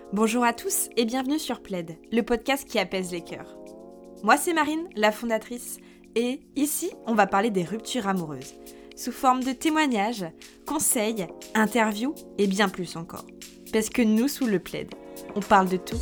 Bonjour à tous et bienvenue sur Plaid, le podcast qui apaise les cœurs. Moi c'est Marine, la fondatrice, et ici on va parler des ruptures amoureuses, sous forme de témoignages, conseils, interviews et bien plus encore. Parce que nous sous le Plaid, on parle de tout.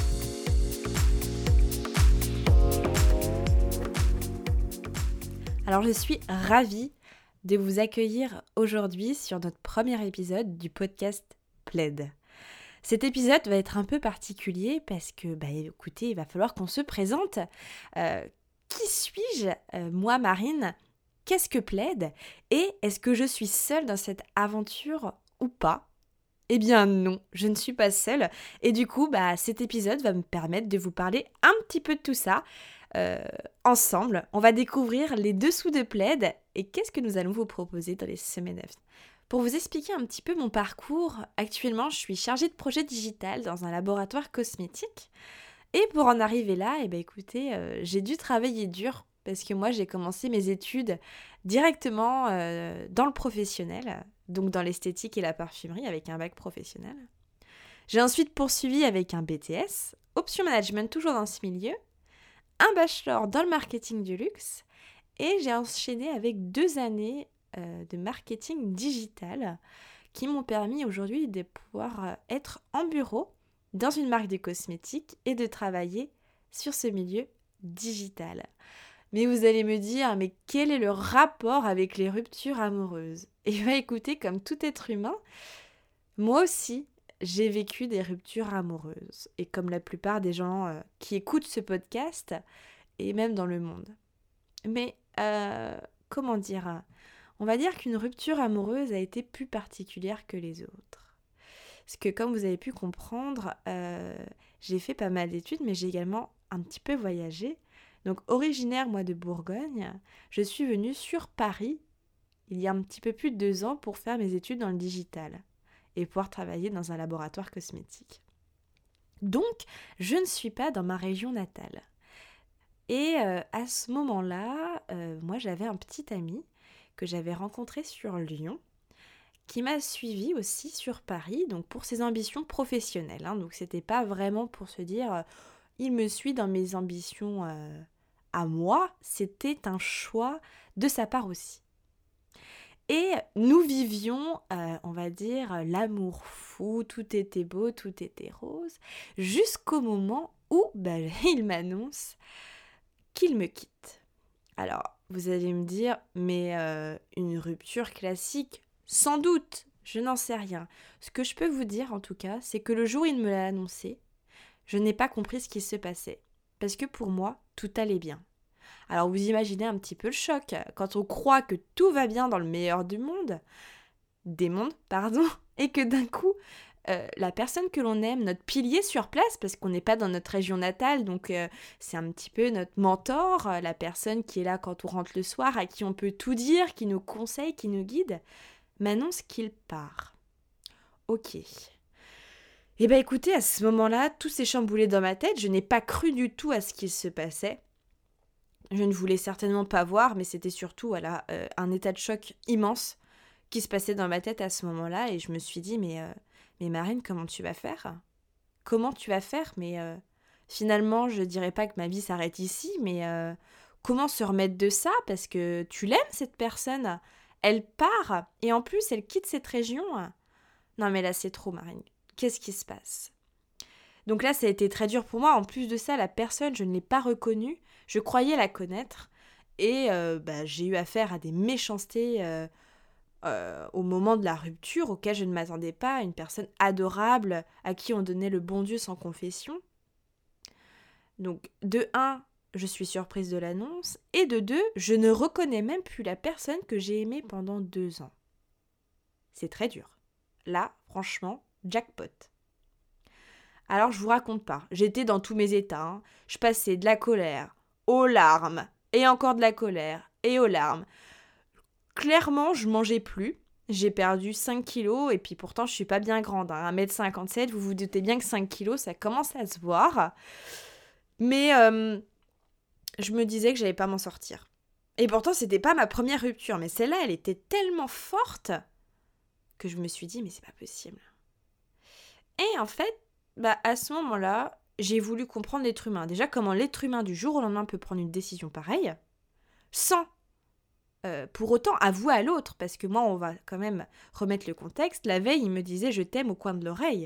Alors je suis ravie de vous accueillir aujourd'hui sur notre premier épisode du podcast Plaid. Cet épisode va être un peu particulier parce que, écoutez, il va falloir qu'on se présente. Qui suis-je, moi Marine? Qu'est-ce que Plaid? Et est-ce que je suis seule dans cette aventure ou pas? Eh bien non, je ne suis pas seule. Et du coup, cet épisode va me permettre de vous parler un petit peu de tout ça. Ensemble, on va découvrir les dessous de Plaid et qu'est-ce que nous allons vous proposer dans les semaines à venir. Pour vous expliquer un petit peu mon parcours, actuellement je suis chargée de projet digital dans un laboratoire cosmétique. Et pour en arriver là, j'ai dû travailler dur parce que moi j'ai commencé mes études directement dans le professionnel, donc dans l'esthétique et la parfumerie avec un bac professionnel. J'ai ensuite poursuivi avec un BTS, option management toujours dans ce milieu, un bachelor dans le marketing du luxe et j'ai enchaîné avec 2 années de marketing digital qui m'ont permis aujourd'hui de pouvoir être en bureau dans une marque de cosmétiques et de travailler sur ce milieu digital. Mais vous allez me dire, mais quel est le rapport avec les ruptures amoureuses? Et écoutez, comme tout être humain, moi aussi, j'ai vécu des ruptures amoureuses. Et comme la plupart des gens qui écoutent ce podcast, et même dans le monde. Mais, comment dire? On va dire qu'une rupture amoureuse a été plus particulière que les autres. Parce que comme vous avez pu comprendre, j'ai fait pas mal d'études, mais j'ai également un petit peu voyagé. Donc originaire, moi, de Bourgogne, je suis venue sur Paris, il y a un petit peu plus de 2 ans, pour faire mes études dans le digital et pouvoir travailler dans un laboratoire cosmétique. Donc, je ne suis pas dans ma région natale. Et à ce moment-là, moi, j'avais un petit ami que j'avais rencontré sur Lyon, qui m'a suivi aussi sur Paris, donc pour ses ambitions professionnelles. Donc c'était pas vraiment pour se dire il me suit dans mes ambitions à moi, c'était un choix de sa part aussi. Et nous vivions, on va dire, l'amour fou, tout était beau, tout était rose, jusqu'au moment où il m'annonce qu'il me quitte. Alors, vous allez me dire, mais une rupture classique, sans doute, je n'en sais rien. Ce que je peux vous dire, en tout cas, c'est que le jour où il me l'a annoncé, je n'ai pas compris ce qui se passait. Parce que pour moi, tout allait bien. Alors, vous imaginez un petit peu le choc, quand on croit que tout va bien dans le meilleur des mondes, et que d'un coup, la personne que l'on aime, notre pilier sur place, parce qu'on n'est pas dans notre région natale, donc c'est un petit peu notre mentor, la personne qui est là quand on rentre le soir, à qui on peut tout dire, qui nous conseille, qui nous guide, m'annonce qu'il part. Ok. Eh bien écoutez, à ce moment-là, tout s'est chamboulé dans ma tête, je n'ai pas cru du tout à ce qu'il se passait. Je ne voulais certainement pas voir, mais c'était surtout un état de choc immense qui se passait dans ma tête à ce moment-là, et je me suis dit, mais Marine, comment tu vas faire? Comment tu vas faire? Mais finalement, je dirais pas que ma vie s'arrête ici, mais comment se remettre de ça? Parce que tu l'aimes, cette personne. Elle part, et en plus, elle quitte cette région. Non, mais là, c'est trop, Marine. Qu'est-ce qui se passe? Donc là, ça a été très dur pour moi. En plus de ça, la personne, je ne l'ai pas reconnue. Je croyais la connaître. Et j'ai eu affaire à des méchancetés au moment de la rupture, auquel je ne m'attendais pas, une personne adorable à qui on donnait le bon Dieu sans confession. Donc, de 1, je suis surprise de l'annonce, et de 2, je ne reconnais même plus la personne que j'ai aimée pendant 2 ans. C'est très dur. Là, franchement, jackpot. Alors, je vous raconte pas, j'étais dans tous mes états. Je passais de la colère aux larmes, et encore de la colère, et aux larmes. Clairement, je mangeais plus. J'ai perdu 5 kilos et puis pourtant, je suis pas bien grande. 1m57, vous vous doutez bien que 5 kilos, ça commence à se voir. Mais je me disais que j'allais pas m'en sortir. Et pourtant, c'était pas ma première rupture. Mais celle-là, elle était tellement forte que je me suis dit, mais c'est pas possible. Et en fait, à ce moment-là, j'ai voulu comprendre l'être humain. Déjà, comment l'être humain du jour au lendemain peut prendre une décision pareille, sans pour autant avouer à l'autre, parce que moi, on va quand même remettre le contexte. La veille, il me disait « je t'aime » au coin de l'oreille.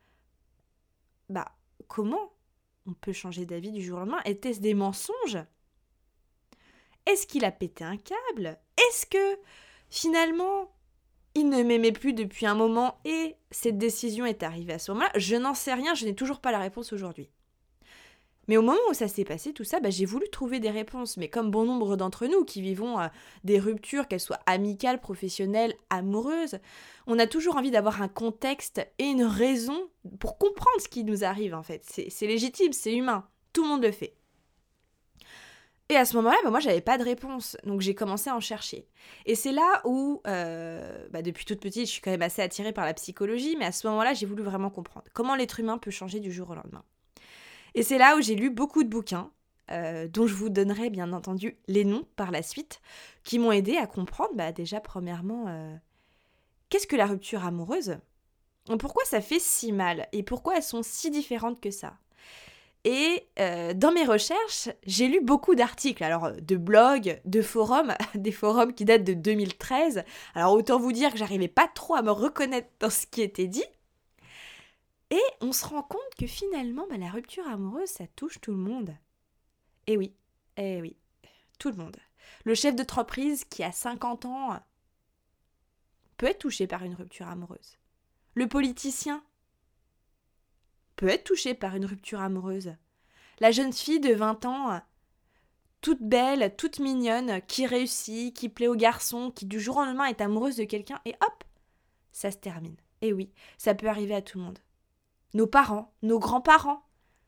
Comment on peut changer d'avis du jour au lendemain? Était-ce des mensonges? Est-ce qu'il a pété un câble? Est-ce que, finalement, il ne m'aimait plus depuis un moment et cette décision est arrivée à ce moment-là? Je n'en sais rien, je n'ai toujours pas la réponse aujourd'hui. Mais au moment où ça s'est passé, tout ça, j'ai voulu trouver des réponses. Mais comme bon nombre d'entre nous qui vivons des ruptures, qu'elles soient amicales, professionnelles, amoureuses, on a toujours envie d'avoir un contexte et une raison pour comprendre ce qui nous arrive, en fait. C'est légitime, c'est humain. Tout le monde le fait. Et à ce moment-là, moi, j'avais pas de réponse. Donc, j'ai commencé à en chercher. Et c'est là où, depuis toute petite, je suis quand même assez attirée par la psychologie. Mais à ce moment-là, j'ai voulu vraiment comprendre comment l'être humain peut changer du jour au lendemain. Et c'est là où j'ai lu beaucoup de bouquins, dont je vous donnerai bien entendu les noms par la suite, qui m'ont aidé à comprendre déjà premièrement, qu'est-ce que la rupture amoureuse? Pourquoi ça fait si mal? Et pourquoi elles sont si différentes que ça? Et dans mes recherches, j'ai lu beaucoup d'articles, alors de blogs, de forums, des forums qui datent de 2013. Alors autant vous dire que j'arrivais pas trop à me reconnaître dans ce qui était dit. Et on se rend compte que finalement, la rupture amoureuse, ça touche tout le monde. Eh oui, tout le monde. Le chef d'entreprise qui a 50 ans peut être touché par une rupture amoureuse. Le politicien peut être touché par une rupture amoureuse. La jeune fille de 20 ans, toute belle, toute mignonne, qui réussit, qui plaît aux garçons, qui du jour au lendemain est amoureuse de quelqu'un, et hop, ça se termine. Eh oui, ça peut arriver à tout le monde. Nos parents, nos grands-parents.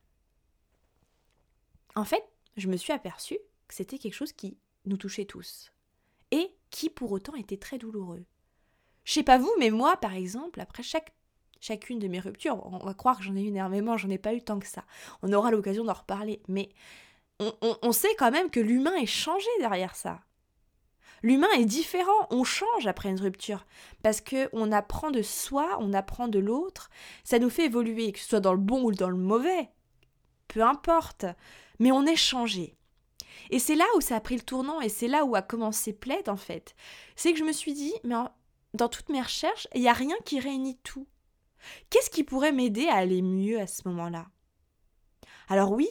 En fait, je me suis aperçue que c'était quelque chose qui nous touchait tous. Et qui pour autant était très douloureux. Je sais pas vous, mais moi, par exemple, après chacune de mes ruptures, on va croire que j'en ai eu énormément, j'en ai pas eu tant que ça. On aura l'occasion d'en reparler. Mais on sait quand même que l'humain est changé derrière ça. L'humain est différent, on change après une rupture. Parce qu'on apprend de soi, on apprend de l'autre. Ça nous fait évoluer, que ce soit dans le bon ou dans le mauvais. Peu importe. Mais on est changé. Et c'est là où ça a pris le tournant, et c'est là où a commencé Plaid, en fait. C'est que je me suis dit, mais dans toutes mes recherches, il n'y a rien qui réunit tout. Qu'est-ce qui pourrait m'aider à aller mieux à ce moment-là? Alors oui,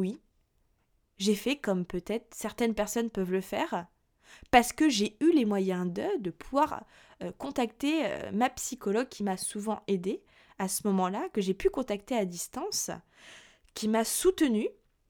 j'ai fait comme peut-être certaines personnes peuvent le faire, parce que j'ai eu les moyens de pouvoir contacter ma psychologue qui m'a souvent aidée à ce moment-là, que j'ai pu contacter à distance, qui m'a soutenue.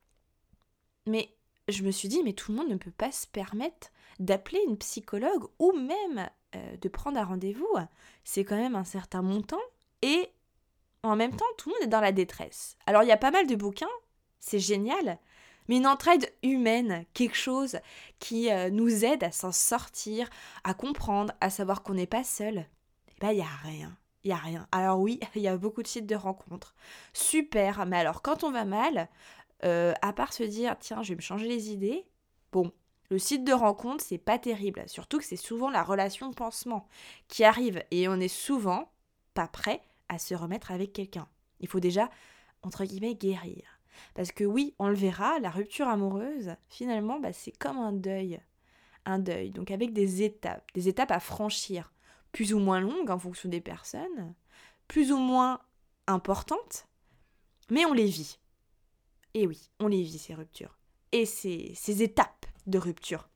Mais je me suis dit, mais tout le monde ne peut pas se permettre d'appeler une psychologue ou même de prendre un rendez-vous. C'est quand même un certain montant et en même temps, tout le monde est dans la détresse. Alors, il y a pas mal de bouquins, c'est génial, mais une entraide humaine, quelque chose qui nous aide à s'en sortir, à comprendre, à savoir qu'on n'est pas seul, il n'y a rien. Il n'y a rien. Alors oui, il y a beaucoup de sites de rencontres. Super, mais alors quand on va mal, à part se dire, tiens, je vais me changer les idées, bon, le site de rencontre, c'est pas terrible. Surtout que c'est souvent la relation pansement qui arrive et on est souvent pas prêt à se remettre avec quelqu'un. Il faut déjà, entre guillemets, guérir. Parce que oui, on le verra, la rupture amoureuse, finalement, c'est comme un deuil. Un deuil, donc avec des étapes à franchir, plus ou moins longues en fonction des personnes, plus ou moins importantes, mais on les vit. Et oui, on les vit, ces ruptures. Et ces étapes de rupture.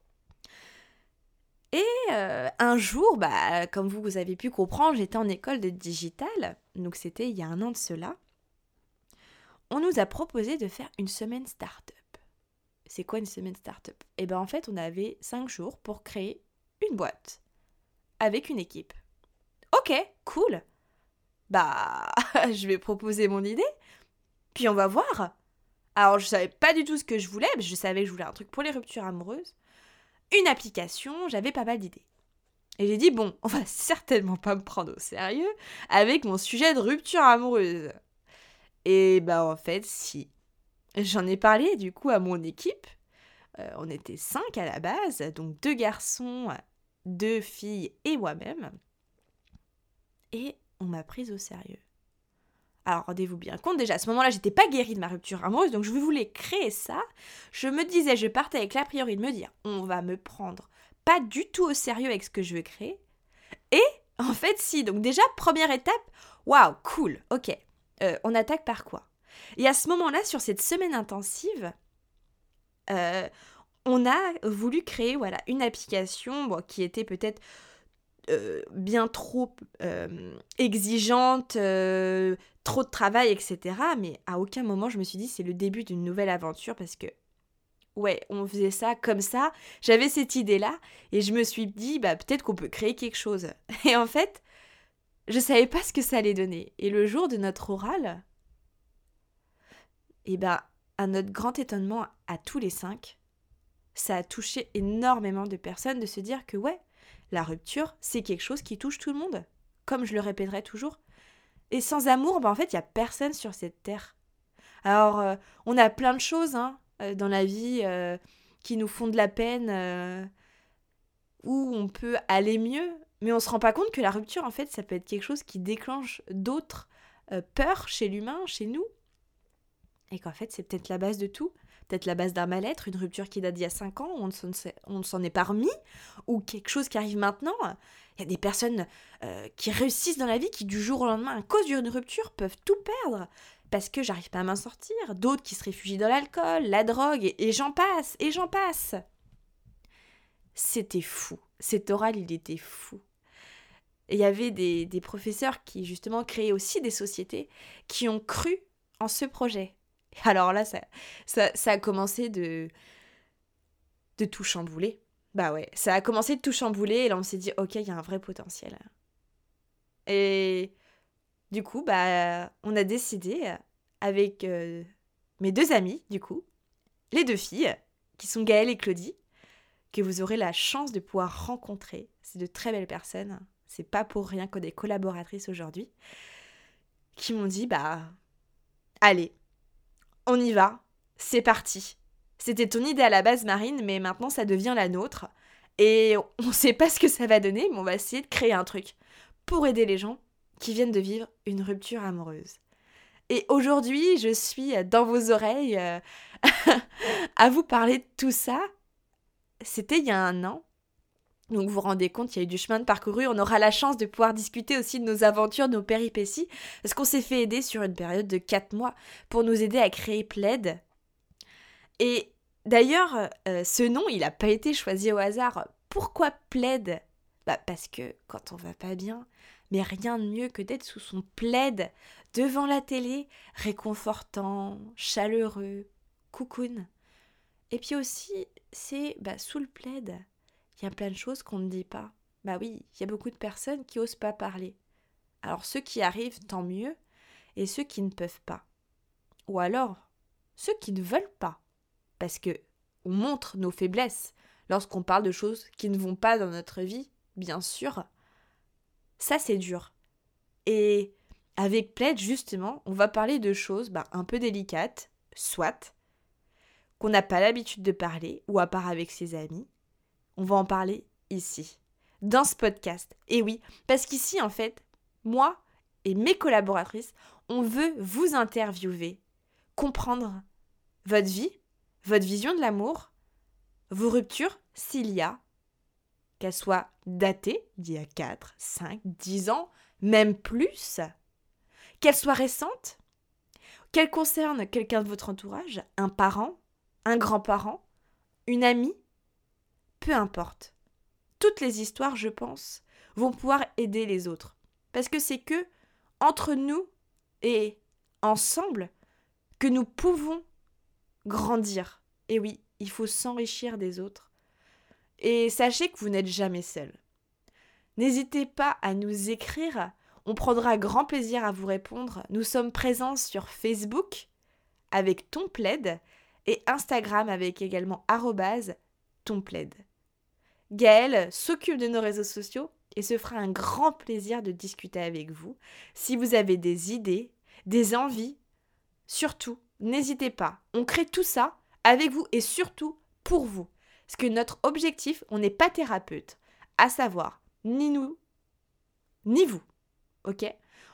Et un jour, comme vous avez pu comprendre, j'étais en école de digital, donc c'était il y a 1 an de cela. On nous a proposé de faire une semaine start-up. C'est quoi une semaine start-up? En fait, on avait 5 jours pour créer une boîte avec une équipe. Ok, cool. Je vais proposer mon idée, puis on va voir. Alors, je savais pas du tout ce que je voulais, mais je savais que je voulais un truc pour les ruptures amoureuses. Une application, j'avais pas mal d'idées. Et j'ai dit, bon, on va certainement pas me prendre au sérieux avec mon sujet de rupture amoureuse. Et en fait, si. J'en ai parlé du coup à mon équipe. On était 5 à la base, donc 2 garçons, 2 filles et moi-même. Et on m'a prise au sérieux. Alors, rendez-vous bien compte, déjà, à ce moment-là, j'étais pas guérie de ma rupture amoureuse, donc je voulais créer ça. Je me disais, je partais avec l'a priori de me dire, on va me prendre pas du tout au sérieux avec ce que je veux créer. Et, en fait, si. Donc déjà, première étape, waouh, cool, ok. On attaque par quoi? Et à ce moment-là, sur cette semaine intensive, on a voulu créer une application qui était peut-être bien trop exigeante, trop de travail, etc. Mais à aucun moment je me suis dit c'est le début d'une nouvelle aventure parce que on faisait ça comme ça. J'avais cette idée-là et je me suis dit peut-être qu'on peut créer quelque chose. Et en fait, je savais pas ce que ça allait donner. Et le jour de notre oral, à notre grand étonnement à tous les 5, ça a touché énormément de personnes de se dire que la rupture, c'est quelque chose qui touche tout le monde. Comme je le répéterai toujours. Et sans amour, en fait, il n'y a personne sur cette terre. Alors, on a plein de choses dans la vie qui nous font de la peine, où on peut aller mieux, mais on ne se rend pas compte que la rupture, en fait, ça peut être quelque chose qui déclenche d'autres peurs chez l'humain, chez nous. Et qu'en fait, c'est peut-être la base de tout. Peut-être la base d'un mal-être, une rupture qui date d'il y a 5 ans, où on ne s'en est pas remis, ou quelque chose qui arrive maintenant. Il y a des personnes qui réussissent dans la vie, qui du jour au lendemain, à cause d'une rupture, peuvent tout perdre, parce que j'arrive pas à m'en sortir. D'autres qui se réfugient dans l'alcool, la drogue, et j'en passe, et j'en passe. C'était fou. Cet oral, il était fou. Et il y avait des professeurs qui, justement, créaient aussi des sociétés, qui ont cru en ce projet. Alors là, ça a commencé de tout chambouler. Ça a commencé de tout chambouler et là on s'est dit ok, il y a un vrai potentiel. Et du coup, on a décidé avec mes 2 amies, du coup, les 2 filles, qui sont Gaëlle et Claudie, que vous aurez la chance de pouvoir rencontrer. C'est de très belles personnes. C'est pas pour rien qu'on est collaboratrices aujourd'hui. Qui m'ont dit allez, on y va, c'est parti. C'était ton idée à la base, Marine, mais maintenant ça devient la nôtre. Et on sait pas ce que ça va donner, mais on va essayer de créer un truc pour aider les gens qui viennent de vivre une rupture amoureuse. Et aujourd'hui, je suis dans vos oreilles à vous parler de tout ça. C'était il y a 1 an. Donc vous vous rendez compte, il y a eu du chemin de parcouru. On aura la chance de pouvoir discuter aussi de nos aventures, de nos péripéties. Parce qu'on s'est fait aider sur une période de 4 mois pour nous aider à créer Plaid. Et d'ailleurs, ce nom, il n'a pas été choisi au hasard. Pourquoi Plaid ? Parce que quand on va pas bien, mais rien de mieux que d'être sous son plaid, devant la télé, réconfortant, chaleureux, cocoon. Et puis aussi, c'est sous le plaid, il y a plein de choses qu'on ne dit pas. Oui, il y a beaucoup de personnes qui osent pas parler. Alors ceux qui arrivent, tant mieux, et ceux qui ne peuvent pas. Ou alors, ceux qui ne veulent pas. Parce que on montre nos faiblesses lorsqu'on parle de choses qui ne vont pas dans notre vie, bien sûr. Ça, c'est dur. Et avec Plaid, justement, on va parler de choses un peu délicates, soit, qu'on n'a pas l'habitude de parler, ou à part avec ses amis. On va en parler ici, dans ce podcast. Et oui, parce qu'ici, en fait, moi et mes collaboratrices, on veut vous interviewer, comprendre votre vie, votre vision de l'amour, vos ruptures, s'il y a, qu'elles soient datées d'il y a 4, 5, 10 ans, même plus, qu'elles soient récentes, qu'elles concernent quelqu'un de votre entourage, un parent, un grand-parent, une amie, peu importe. Toutes les histoires, je pense, vont pouvoir aider les autres. Parce que c'est que entre nous et ensemble que nous pouvons grandir. Et oui, il faut s'enrichir des autres. Et sachez que vous n'êtes jamais seul. N'hésitez pas à nous écrire, on prendra grand plaisir à vous répondre. Nous sommes présents sur Facebook avec tonplaid et Instagram avec également @tonplaid. Gaëlle s'occupe de nos réseaux sociaux et se fera un grand plaisir de discuter avec vous. Si vous avez des idées, des envies, surtout, n'hésitez pas. On crée tout ça avec vous et surtout pour vous. Parce que notre objectif, on n'est pas thérapeute, à savoir, ni nous, ni vous. Ok ?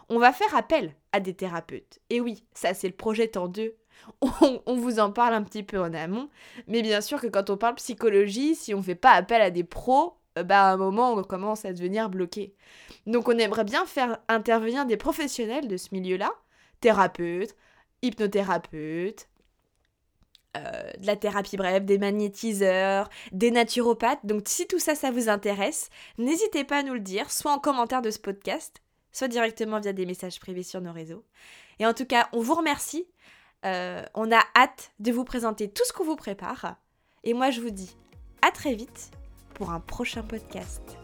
on va faire appel à des thérapeutes. Et oui, ça c'est le projet temps 2. On vous en parle un petit peu en amont. Mais bien sûr que quand on parle psychologie, si on ne fait pas appel à des pros, à un moment on commence à devenir bloqué. Donc on aimerait bien faire intervenir des professionnels de ce milieu-là, thérapeutes, hypnothérapeutes, de la thérapie brève, des magnétiseurs, des naturopathes. Donc si tout ça, ça vous intéresse, n'hésitez pas à nous le dire, soit en commentaire de ce podcast, soit directement via des messages privés sur nos réseaux. Et en tout cas, on vous remercie. On a hâte de vous présenter tout ce qu'on vous prépare. Et moi, je vous dis à très vite pour un prochain podcast.